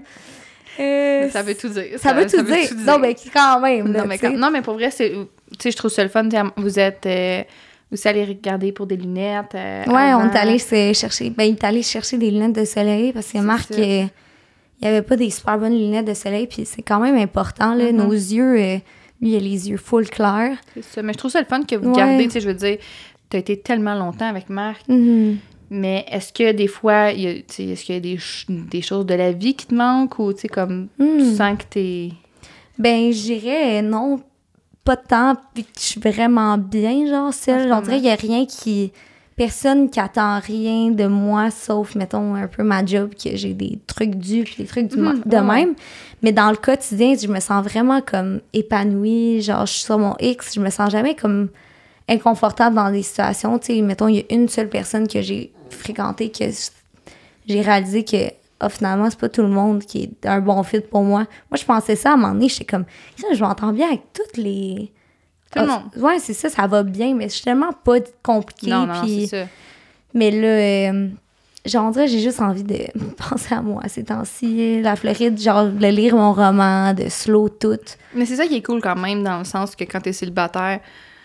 Ça veut tout dire. Ça veut tout dire. Non, mais quand même. Là, non, mais pour vrai, je trouve ça le fun. Vous êtes aussi allé regarder pour des lunettes. Ouais, on est allé chercher. Il est allé chercher des lunettes de soleil parce que Marc, il n'y avait pas des super bonnes lunettes de soleil. Puis c'est quand même important, là. Nos yeux, lui, il a les yeux full clairs. C'est ça. Mais je trouve ça le fun que vous gardez. Tu sais, je veux dire, tu as été tellement longtemps avec Marc. Mais est-ce que des fois, est-ce qu'il y a des choses de la vie qui te manquent ou, tu sais, comme, tu sens que t'es... Ben, je dirais non, pas tant, puis que je suis vraiment bien, genre, seule. On dirait qu'il y a rien qui... Personne qui attend rien de moi, sauf, mettons, un peu ma job, que j'ai des trucs dus, puis des trucs de même. Mais dans le quotidien, je me sens vraiment comme épanouie. Genre, je suis sur mon X, je me sens jamais comme inconfortable dans des situations. Tu sais, mettons, il y a une seule personne que j'ai fréquentée que j'ai réalisé que, finalement, c'est pas tout le monde qui est un bon fit pour moi. Moi, je pensais ça à un moment donné, j'étais comme, je m'entends bien avec toutes les... Tout le monde. Ouais, c'est ça, ça va bien, mais je suis tellement pas compliquée. Non, puis... c'est ça. Mais là, genre, on dirait j'ai juste envie de penser à moi ces temps-ci. La Floride, genre, de lire mon roman, de slow tout. Mais c'est ça qui est cool quand même, dans le sens que quand t'es célibataire,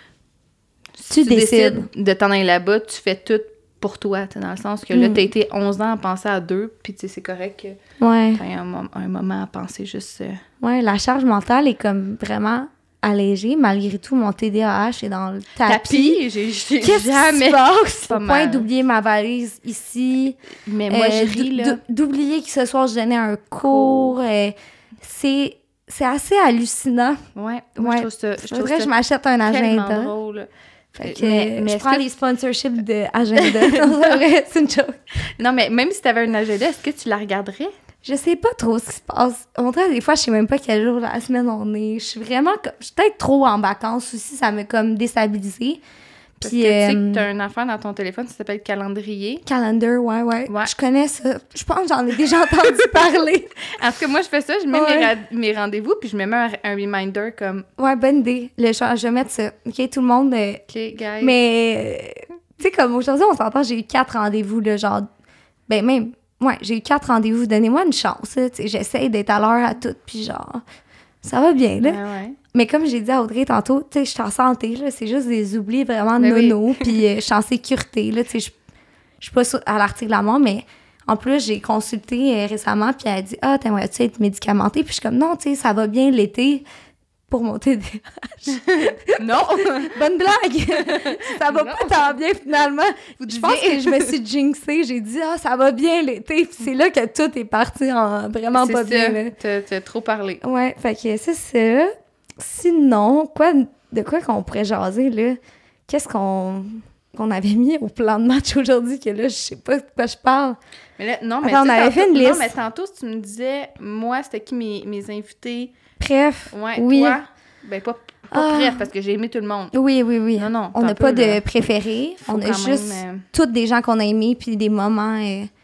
Tu décides de t'en aller là-bas, tu fais tout pour toi, dans le sens que là, t'as été 11 ans à penser à deux, puis tu sais, c'est correct que t'as un moment à penser juste... Ouais, la charge mentale est comme vraiment allégée. Malgré tout, mon TDAH est dans le tapis. J'ai Qu'est-ce jamais... qui se passe? Pas Au point mal. d'oublier ma valise ici. Mais moi, je ris, là. D'oublier que ce soir, je donnais un cours. C'est assez hallucinant. Ouais, moi, je trouve ça... Je je m'achète un agenda. Drôle. Fait que je prends les sponsorships d'agenda. C'est une joke. Non, mais même si t'avais un agenda, est-ce que tu la regarderais? Je sais pas trop ce qui se passe. En vrai, des fois, je sais même pas quel jour de la semaine on est. Je suis vraiment... Je suis peut-être trop en vacances aussi. Ça m'a comme déstabilisée. Parce que tu sais que t'as une affaire dans ton téléphone, ça s'appelle calendrier. Calendar, ouais. Je connais ça. Je pense que j'en ai déjà entendu parler. En tout cas, moi, je fais ça. Je mets mes rendez-vous, puis je me mets un reminder comme... Ouais, bonne idée. Je vais mettre ça. OK, tout le monde... OK, guys. Mais, tu sais, comme aujourd'hui, on s'entend, j'ai eu 4 rendez-vous, là, genre... Ben, même... Ouais, j'ai eu 4 rendez-vous. Donnez-moi une chance, là. Tu sais, j'essaie d'être à l'heure à tout, puis genre... Ça va bien, là. Ouais. Mais comme j'ai dit à Audrey tantôt, tu sais, je suis en santé, là. C'est juste des oublis vraiment nono, puis je suis en sécurité, là. Tu sais, je suis pas à l'article de la mort, mais en plus, j'ai consulté récemment, puis elle a dit « Ah, t'aimerais-tu être médicamentée? » Puis je suis comme « Non, tu sais, ça va bien l'été pour mon TDAH. » Non! Bonne blague! Ça va pas tant bien, finalement. Je pense que je me suis jinxée. J'ai dit « Ah, ça va bien l'été. » Puis c'est là que tout est parti en vraiment pas bien. Là. T'as trop parlé. Ouais, fait que c'est ça. Sinon, de quoi qu'on pourrait jaser, là? Qu'est-ce qu'on avait mis au plan de match aujourd'hui que là, je sais pas de quoi je parle. Mais là, non, mais on avait fait une liste. Non, mais tantôt, si tu me disais, moi, c'était qui mes invités? Bref, ouais, oui. Toi? Ben, pas bref, parce que j'ai aimé tout le monde. Oui. Non, on n'a pas de préférés. On a juste toutes des gens qu'on a aimés, puis des moments...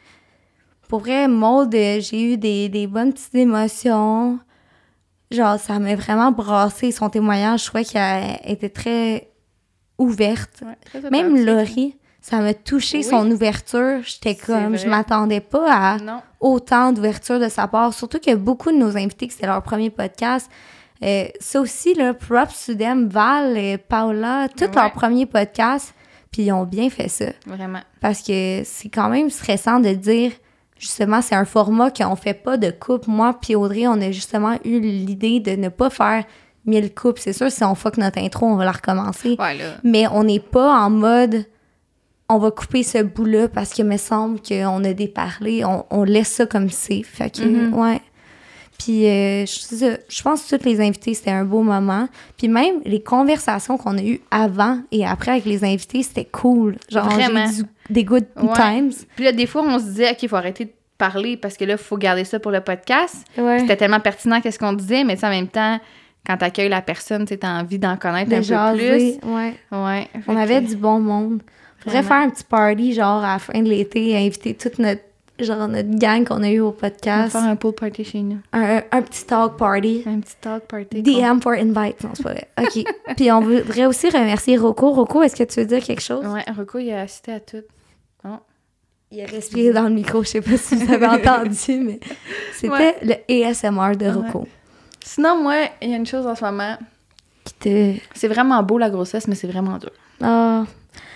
Pour vrai, Maud, j'ai eu des bonnes petites émotions. Genre, ça m'a vraiment brassé son témoignage. Je trouvais qu'elle était très ouverte. Ouais, très même Laurie, ça m'a touché son ouverture. J'étais comme, je m'attendais pas à autant d'ouverture de sa part. Surtout que beaucoup de nos invités, que c'était leur premier podcast, ça aussi, là, props to them, Val, Paula, tous leurs premiers podcasts, puis ils ont bien fait ça. Vraiment. Parce que c'est quand même stressant de dire... Justement, c'est un format qu'on fait pas de couple. Moi puis Audrey, on a justement eu l'idée de ne pas faire 1000 couples. C'est sûr, si on fuck notre intro, on va la recommencer. Ouais, là. Mais on n'est pas en mode on va couper ce bout-là parce qu'il me semble qu'on a déparlé. On laisse ça comme c'est. Fait que, ouais. Puis, je pense que tous les invités, c'était un beau moment. Puis même, les conversations qu'on a eues avant et après avec les invités, c'était cool. Genre, vraiment. J'ai eu des good times. Puis là, des fois, on se disait, OK, il faut arrêter de parler parce que là, il faut garder ça pour le podcast. Ouais. C'était tellement pertinent qu'est-ce qu'on disait, mais en même temps, quand tu accueilles la personne, tu as envie d'en connaître un peu plus. Ouais. On avait du bon monde. On pourrait faire un petit party, genre, à la fin de l'été, inviter toute notre gang qu'on a eu au podcast. On va faire un pool party chez nous. Un petit talk party. Un petit talk party. DM for invite. Non, c'est pas vrai. OK. Puis on voudrait aussi remercier Rocco. Rocco, est-ce que tu veux dire quelque chose? Ouais, Rocco, il a assisté à tout. Oh. Il a respiré dans le micro. Je sais pas si vous avez entendu, mais c'était le ASMR de Rocco. Ouais. Sinon, moi, il y a une chose en ce moment. C'est vraiment beau, la grossesse, mais c'est vraiment dur. Ah.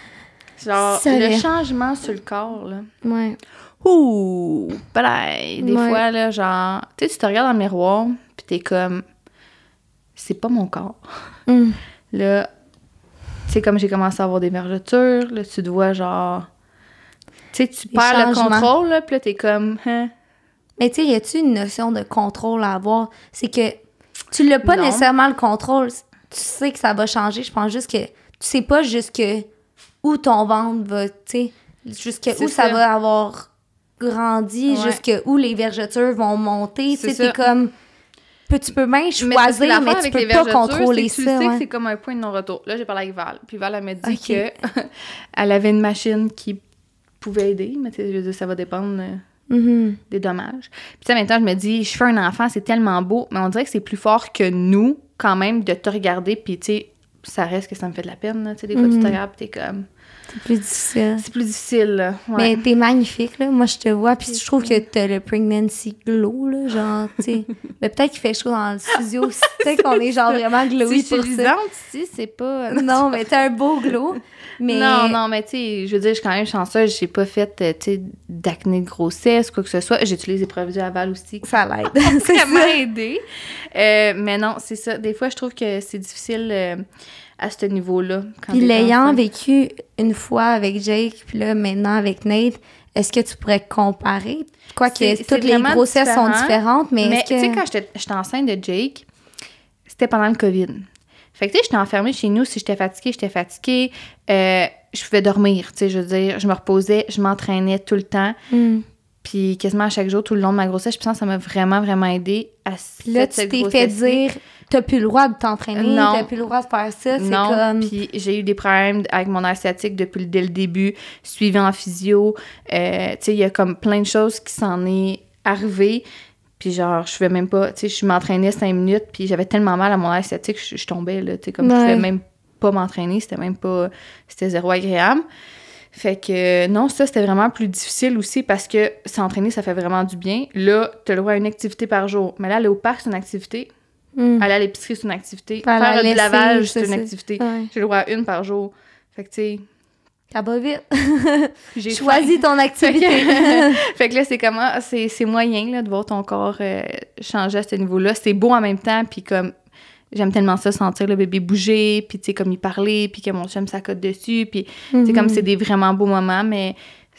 Genre, le changement sur le corps, là. Ouais. Ouh! Des fois, là, genre... Tu sais, tu te regardes dans le miroir, puis t'es comme... C'est pas mon corps. Là, tu sais, comme j'ai commencé à avoir des vergetures, là, tu te vois, genre... Tu sais, tu perds le contrôle, là, puis là, t'es comme... Hein? Mais tu sais, y a-tu une notion de contrôle à avoir? C'est que tu l'as pas nécessairement le contrôle. Tu sais que ça va changer. Je pense juste que tu sais pas jusque où ton ventre va, tu sais, jusque où ça va avoir grandi, jusque où les vergetures vont monter. Tu sais, t'es comme... Tu peux bien choisir, mais tu peux pas contrôler ça. Tu sais que c'est comme un point de non-retour. Là, j'ai parlé avec Val. Puis Val, elle m'a dit que elle avait une machine qui pouvait aider. Mais tu sais, je veux dire, ça va dépendre des dommages. Puis tu sais, maintenant, je me dis, je fais un enfant, c'est tellement beau. Mais on dirait que c'est plus fort que nous, quand même, de te regarder. Puis tu sais, ça reste que ça me fait de la peine. Là. Tu sais, des fois, tu te regardes puis t'es comme... C'est plus difficile. C'est plus difficile, là. Ouais. Mais t'es magnifique, là. Moi, je te vois, puis je trouve que t'as le pregnancy glow, là, genre, tu sais. Mais peut-être qu'il fait chaud dans le studio aussi. Peut-être qu'on est, genre, vraiment glowy pour ça. Ici, c'est pas... Non, mais t'as un beau glow. Mais... Non, mais tu sais, je veux dire, je suis quand même chanceuse. J'ai pas fait, tu sais, d'acné de grossesse, quoi que ce soit. J'utilise les produits Aval aussi. Ça l'aide. Ça m'a vraiment aidé. Mais non, c'est ça. Des fois, je trouve que c'est difficile... à ce niveau-là. Puis l'ayant vécu une fois avec Jake, puis là, maintenant avec Nate, est-ce que tu pourrais comparer? Quoique toutes les grossesses sont différentes, mais tu sais, quand j'étais enceinte de Jake, c'était pendant le COVID. Fait que, tu sais, j'étais enfermée chez nous. Si j'étais fatiguée. Je pouvais dormir, tu sais, je veux dire. Je me reposais, je m'entraînais tout le temps. Puis quasiment à chaque jour, tout le long de ma grossesse, je pense que ça m'a vraiment, vraiment aidé à cette là, tu t'es fait dire... T'as plus le droit de t'entraîner, t'as plus le droit de faire ça, c'est comme... Puis j'ai eu des problèmes avec mon nerf sciatique dès le début, suivi en physio. Tu sais, il y a comme plein de choses qui s'en est arrivé. Puis genre, je fais même pas... Tu sais, je m'entraînais 5 minutes, puis j'avais tellement mal à mon nerf sciatique, je tombais, là. Tu sais, comme je pouvais même pas m'entraîner, c'était même pas... C'était zéro agréable. Fait que non, ça, c'était vraiment plus difficile aussi parce que s'entraîner, ça fait vraiment du bien. Là, t'as le droit à une activité par jour. Mais là, aller au parc, c'est une activité. Aller à l'épicerie, c'est une activité. Faire le lavage, c'est une activité. Ouais. J'ai le droit à une par jour. Fait que, tu sais... Ça va vite. J'ai choisi ton activité. Fait que là, c'est comment... C'est moyen, là, de voir ton corps changer à ce niveau-là. C'est beau en même temps, puis comme... J'aime tellement ça, sentir le bébé bouger, puis tu sais, comme il parlait, puis que mon chum s'accote dessus, puis tu sais, comme c'est des vraiment beaux moments, mais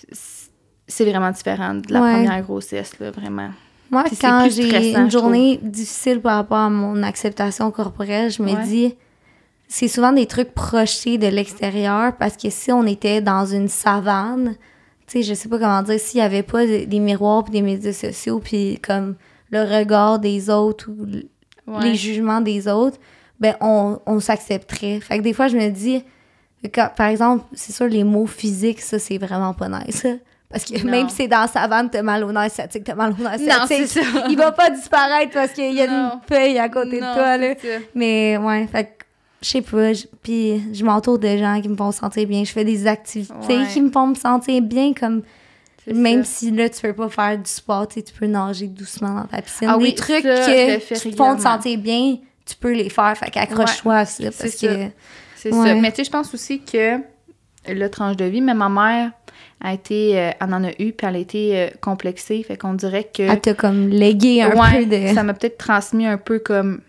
c'est vraiment différent de la première grossesse, là, vraiment. Moi, puis quand j'ai une journée difficile par rapport à mon acceptation corporelle, je me dis, c'est souvent des trucs projetés de l'extérieur, parce que si on était dans une savane, tu sais, je sais pas comment dire, s'il y avait pas des miroirs puis des médias sociaux, puis comme le regard des autres ou... les jugements des autres, ben on s'accepterait. Fait que des fois, je me dis, quand, par exemple, c'est sûr, les mots physiques, ça, c'est vraiment pas nice. Parce que même si c'est dans la savane, t'as mal au nerf sciatique, Non, c'est ça. Il va pas disparaître parce qu'il y a une feuille à côté de toi, là. Mais ouais, fait que, je sais pas, puis je m'entoure de gens qui me font sentir bien. Je fais des activités qui me font me sentir bien, comme... Même si là, tu peux pas faire du sport, tu peux nager doucement dans ta piscine. Des trucs qui te font te sentir bien, tu peux les faire. Fait qu'accroche-toi à ça. Parce que... C'est ça. Mais tu sais, je pense aussi que le tranche de vie, mais ma mère a été... elle en a eu, puis elle a été complexée. Fait qu'on dirait que... Elle t'a comme légué un peu de... ça m'a peut-être transmis un peu comme...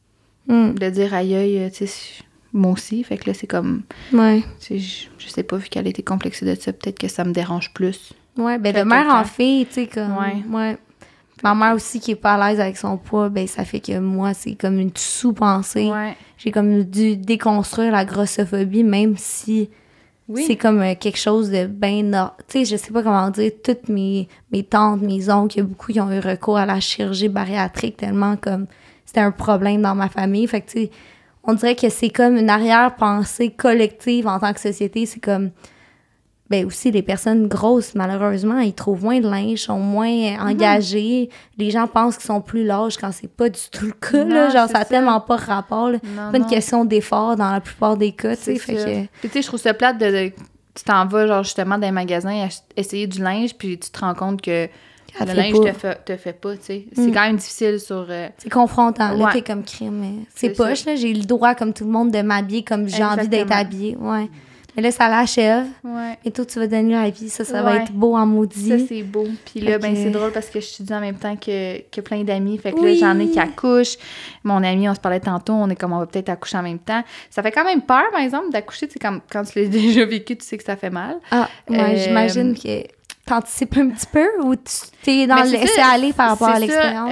de dire aïe, tu sais... Moi aussi, fait que là, c'est comme... Ouais. Je sais pas, vu qu'elle a été complexée de ça, peut-être que ça me dérange plus. Ouais, ben de mère en fille, tu sais, comme... Ouais. Ma mère aussi, qui est pas à l'aise avec son poids, ben ça fait que moi, c'est comme une sous-pensée. Ouais. J'ai comme dû déconstruire la grossophobie, même si c'est comme quelque chose de bien... Tu sais, je sais pas comment dire, toutes mes tantes, mes oncles, il y a beaucoup qui ont eu recours à la chirurgie bariatrique tellement comme c'était un problème dans ma famille. Fait que, tu sais, on dirait que c'est comme une arrière-pensée collective en tant que société. C'est comme... Ben aussi, les personnes grosses, malheureusement, ils trouvent moins de linge, sont moins engagées. Les gens pensent qu'ils sont plus lâches quand c'est pas du tout le cas. Non, là. Genre, ça a tellement pas rapport. Là. Non, pas une question d'effort dans la plupart des cas. Fait que... Puis tu sais, je trouve ça plate de tu t'en vas genre justement dans les magasins essayer du linge, puis tu te rends compte que le linge te fait pas, tu sais. C'est quand même difficile sur... C'est confrontant, là, t'es comme crime. C'est poche, là. J'ai le droit, comme tout le monde, de m'habiller comme j'ai envie d'être habillée. Ouais. Mais là, ça l'achève. Ouais. Et toi, tu vas donner la vie. Ça va être beau en maudit. Ça, c'est beau. Puis là, ben c'est drôle parce que je suis en même temps que plein d'amis. Fait que là, j'en ai qui accouchent. Mon ami, on se parlait tantôt, on est comme, on va peut-être accoucher en même temps. Ça fait quand même peur, par exemple, d'accoucher. Tu sais, quand tu l'as déjà vécu, tu sais que ça fait mal. Ah, ouais, j'imagine que t'anticipes un petit peu ou t'es dans le laisser-aller par rapport à l'expérience?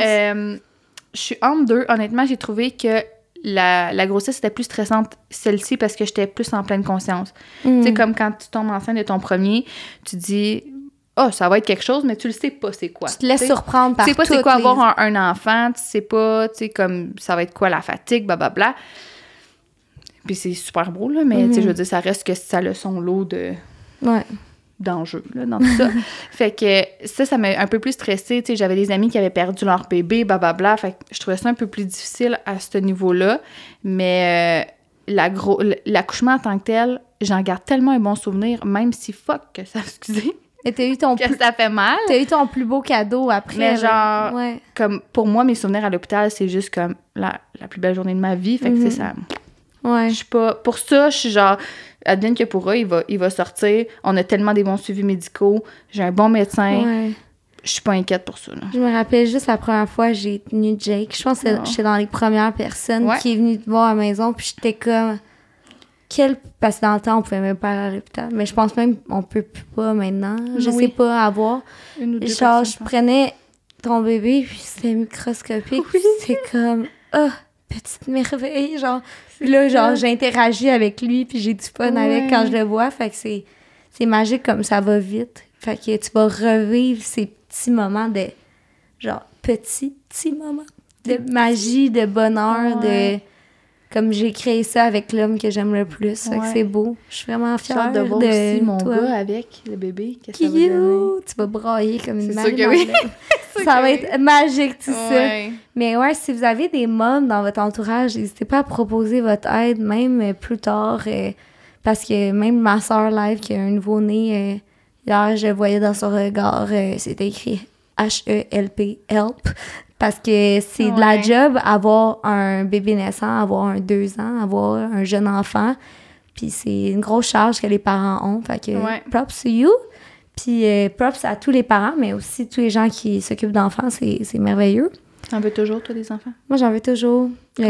Je suis entre deux. Honnêtement, j'ai trouvé que la grossesse était plus stressante, celle-ci, parce que j'étais plus en pleine conscience. Tu sais, comme quand tu tombes enceinte de ton premier, tu dis « Oh, ça va être quelque chose », mais tu le sais pas c'est quoi. Tu te laisses surprendre par tout. Tu sais pas c'est quoi avoir un enfant, tu sais pas, tu sais, comme ça va être quoi la fatigue, blablabla. Puis c'est super beau, là, mais tu sais, je veux dire, ça reste que ça a son lot de... d'enjeux, là, dans tout ça. Fait que ça m'a un peu plus stressée. Tu sais, j'avais des amis qui avaient perdu leur bébé, blablabla. Fait que je trouvais ça un peu plus difficile à ce niveau-là. Mais l'accouchement en tant que tel, j'en garde tellement un bon souvenir, même si que ça, excusez, et t'as eu ton ça fait mal. T'as eu ton plus beau cadeau après. Mais genre, comme pour moi, mes souvenirs à l'hôpital, c'est juste comme la plus belle journée de ma vie. Fait que c'est ça. Ouais. Je suis pas... Pour ça, je suis genre... Advienne que pourra, il va sortir. On a tellement des bons suivis médicaux. J'ai un bon médecin. Ouais. Je suis pas inquiète pour ça, là. Je me rappelle juste la première fois j'ai tenu Jake. Je pense que j'étais dans les premières personnes qui est venue te voir à la maison. Puis j'étais comme... Parce que dans le temps, on pouvait même pas aller à l'hôpital. Mais je pense même qu'on peut plus pas maintenant. Je sais pas avoir. Une ou deux genre, je prenais ton bébé, puis c'était microscopique. Puis c'est comme... Oh, petite merveille, genre... Puis là, genre, j'interagis avec lui, puis j'ai du fun avec quand je le vois. Fait que c'est magique comme ça va vite. Fait que tu vas revivre ces petits moments de... Genre, petits moments de magie, de bonheur, de... Comme j'ai créé ça avec l'homme que j'aime le plus. Fait que c'est beau. Je suis vraiment fière de voir aussi mon gars avec le bébé. Qu'est-ce que ça va donner? Tu vas brailler comme une Marie. C'est sûr que oui. Ça va être magique, tout ça. Mais ouais, si vous avez des mômes dans votre entourage, n'hésitez pas à proposer votre aide, même plus tard. Parce que même ma soeur live qui a un nouveau-né, hier, je voyais dans son regard, c'était écrit H-E-L-P, help. Parce que c'est de la job avoir un bébé naissant, avoir un 2 ans, avoir un jeune enfant. Puis c'est une grosse charge que les parents ont. Fait que props to you. Puis props à tous les parents, mais aussi tous les gens qui s'occupent d'enfants. C'est merveilleux. T'en veux toujours, toi, des enfants? Moi, j'en veux toujours.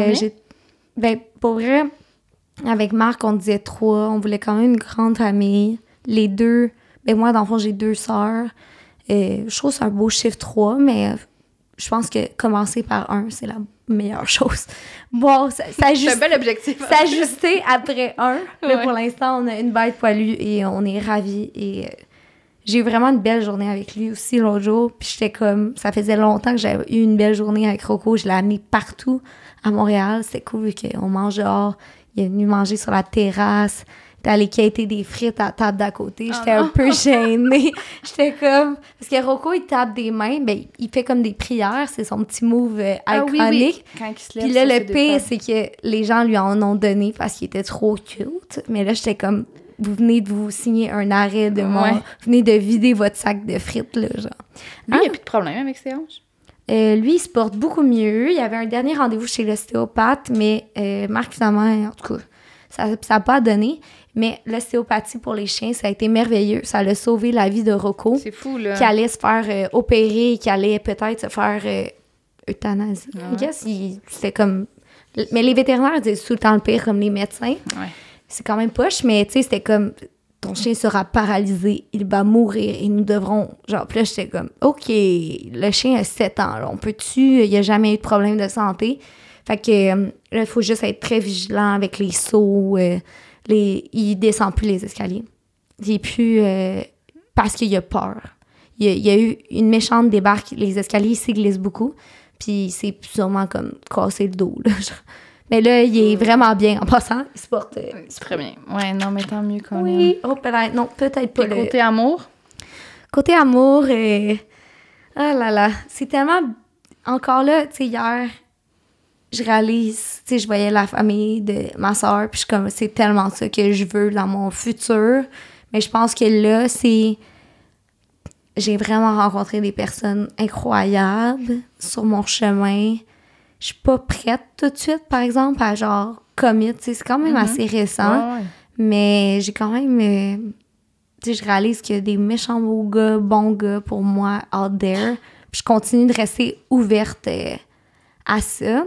Pour vrai, avec Marc, on disait 3. On voulait quand même une grande famille. Les 2... moi, dans le fond, j'ai 2 sœurs. Je trouve que c'est un beau chiffre 3, mais... Je pense que commencer par 1, c'est la meilleure chose. Bon, c'est un bel objectif. S'ajuster après 1. Mais pour l'instant, on a une bête poilue et on est ravis. Et j'ai eu vraiment une belle journée avec lui aussi l'autre jour. Puis j'étais comme... Ça faisait longtemps que j'avais eu une belle journée avec Rocco. Je l'ai amené partout à Montréal. C'était cool vu qu'on mange dehors. Il est venu manger sur la terrasse. Allé quêter des frites à la table d'à côté. J'étais un peu gênée. J'étais comme... Parce que Rocco, il tape des mains, il fait comme des prières. C'est son petit move iconique. Quand il se lève, puis là, le pire, c'est que les gens lui en ont donné parce qu'il était trop cute. Mais là, j'étais comme... Vous venez de vous signer un arrêt de mort. Vous venez de vider votre sac de frites, là, genre. Lui, il n'y a plus de problème avec ses hanches? Lui, il se porte beaucoup mieux. Il y avait un dernier rendez-vous chez l'ostéopathe, mais Marc, finalement, en tout cas, ça n'a pas donné. Mais l'ostéopathie pour les chiens, ça a été merveilleux. Ça a sauvé la vie de Rocco. C'est fou, là. Qui allait se faire opérer, qui allait peut-être se faire euthanasie. I guess, c'était comme... Mais les vétérinaires disent tout le temps le pire, comme les médecins. Ouais. C'est quand même poche, mais tu sais, c'était comme... Ton chien sera paralysé, il va mourir et nous devrons... Genre, puis là, j'étais comme, OK, le chien a 7 ans, là, on peut-tu... Il n'y a jamais eu de problème de santé. Fait que là, il faut juste être très vigilant avec les sauts... il descend plus les escaliers. Il est plus... parce qu'il a peur. Il y a eu une méchante débarque. Les escaliers ici glissent beaucoup. Puis c'est sûrement comme casser le dos, là. Mais là, il est vraiment bien en passant. Il se porte... c'est très bien. Ouais, non, mais tant mieux qu'on Oui. Oh, peut-être. Non, peut-être pas. Côté amour? Côté amour, ah là là. C'est tellement... Encore là, tu sais, hier... Je réalise, tu sais, je voyais la famille de ma soeur, puis je suis comme, c'est tellement ça que je veux dans mon futur. Mais je pense que là, j'ai vraiment rencontré des personnes incroyables sur mon chemin. Je suis pas prête tout de suite, par exemple, à genre commit, tu sais, c'est quand même assez récent. Mais j'ai quand même... tu sais, je réalise qu'il y a des méchants bons gars pour moi out there. Puis je continue de rester ouverte à ça,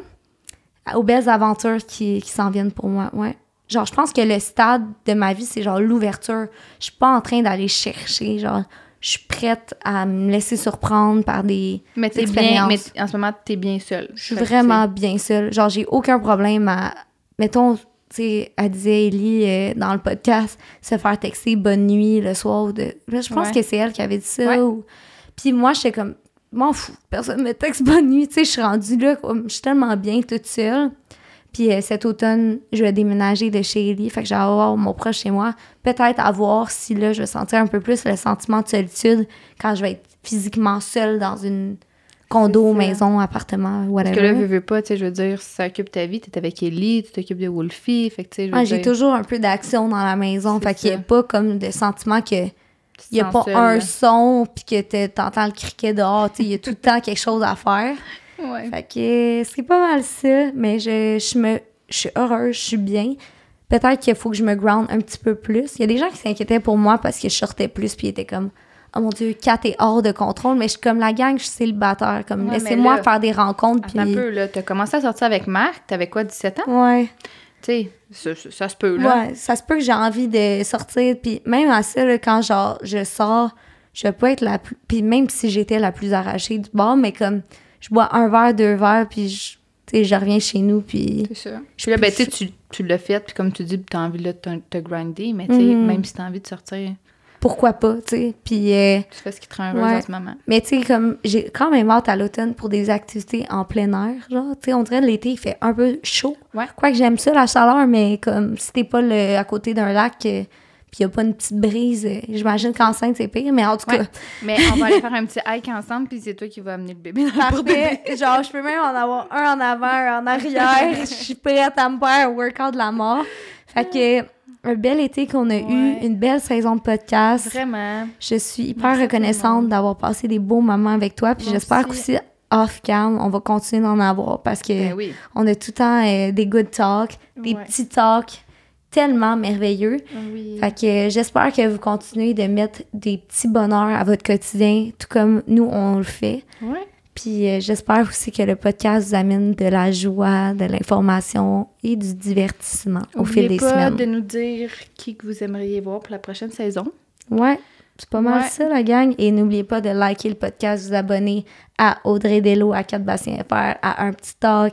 aux belles aventures qui s'en viennent pour moi, ouais. Genre, je pense que le stade de ma vie, c'est genre l'ouverture. Je suis pas en train d'aller chercher, genre, je suis prête à me laisser surprendre par des expériences. Bien, mais en ce moment, t'es bien seule. Je suis vraiment bien seule. Genre, j'ai aucun problème à... Mettons, tu sais, elle disait, Ellie, dans le podcast, se faire texter « bonne nuit » le soir. Là, je pense que c'est elle qui avait dit ça. Puis moi, j'étais comme, m'en fous, personne me texte « bonne nuit ». Tu sais, je suis rendue là, comme, je suis tellement bien toute seule. Puis cet automne, je vais déménager de chez Ellie. Fait que je vais avoir mon proche chez moi. Peut-être à voir si là, je vais sentir un peu plus le sentiment de solitude quand je vais être physiquement seule dans une condo, maison, appartement, whatever. Parce que là, veux pas, tu sais, je veux dire, si ça occupe ta vie, t'es avec Ellie, tu t'occupes de Wolfie, fait que tu sais, je veux dire... J'ai toujours un peu d'action dans la maison, fait qu'il n'y a pas comme de sentiment que... Il n'y a pas un son, puis que t'entends le criquet dehors, tu sais, il y a tout le temps quelque chose à faire. Ouais. Fait que c'est pas mal ça, mais je suis heureuse, je suis bien. Peut-être qu'il faut que je me ground un petit peu plus. Il y a des gens qui s'inquiétaient pour moi parce que je sortais plus, puis ils étaient comme « Oh mon Dieu, Kat est hors de contrôle », mais je suis comme la gang, je suis célibataire, comme laissez-moi faire des rencontres. Attends un peu, là, t'as commencé à sortir avec Marc, t'avais quoi, 17 ans? Ouais. Tu sais, ça se peut, là. Ouais, ça se peut que j'ai envie de sortir, puis même à ça, là, quand genre je sors, je vais pas être la plus... Puis même si j'étais la plus arrachée du bar, mais comme... Je bois 1 verre, 2 verres, puis je reviens chez nous, puis... C'est ça. Puis là, ben, tu l'as fait, puis comme tu dis, t'as envie de te grinder, mais tu sais, même si t'as envie de sortir... Pourquoi pas, tu sais, puis... tu fais ce qui te rend heureuse en ce moment. Mais tu sais, comme, j'ai quand même hâte à l'automne pour des activités en plein air, genre, tu sais, on dirait l'été, il fait un peu chaud. Ouais. Quoique j'aime ça, la chaleur, mais comme, si t'es pas à côté d'un lac... Puis il n'y a pas une petite brise. J'imagine qu'enceinte, c'est pire, mais en tout cas... Mais on va aller faire un petit hike ensemble, puis c'est toi qui vas amener le bébé dans le bébé. Genre, je peux même en avoir un en avant, un en arrière. Je suis prête à me faire un workout de la mort. Fait que, un bel été qu'on a eu, une belle saison de podcast. Vraiment. Je suis hyper reconnaissante d'avoir passé des beaux moments avec toi, puis j'espère qu'aussi, off-cam, on va continuer d'en avoir, parce que on a tout le temps des good talks, des petits talks, tellement merveilleux. Oui. Fait que j'espère que vous continuez de mettre des petits bonheurs à votre quotidien, tout comme nous, on le fait. Ouais. Puis j'espère aussi que le podcast vous amène de la joie, de l'information et du divertissement au fil des semaines. N'oubliez pas de nous dire qui que vous aimeriez voir pour la prochaine saison. Ouais, c'est pas mal ça, la gang. Et n'oubliez pas de liker le podcast, vous abonner à Audrey Dello, à 4 Bassins FR, à Un Petit Talk.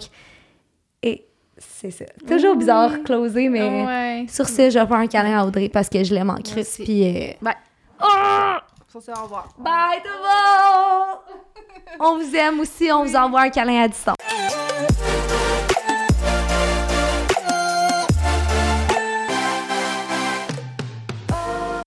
Et c'est ça. Toujours bizarre, closer, mais sur ce, je vais faire un câlin à Audrey parce que je l'aime en crise. Puis... Bye. Sur ce, au revoir. Bye tout le monde! On vous aime aussi, on vous envoie un câlin à distance.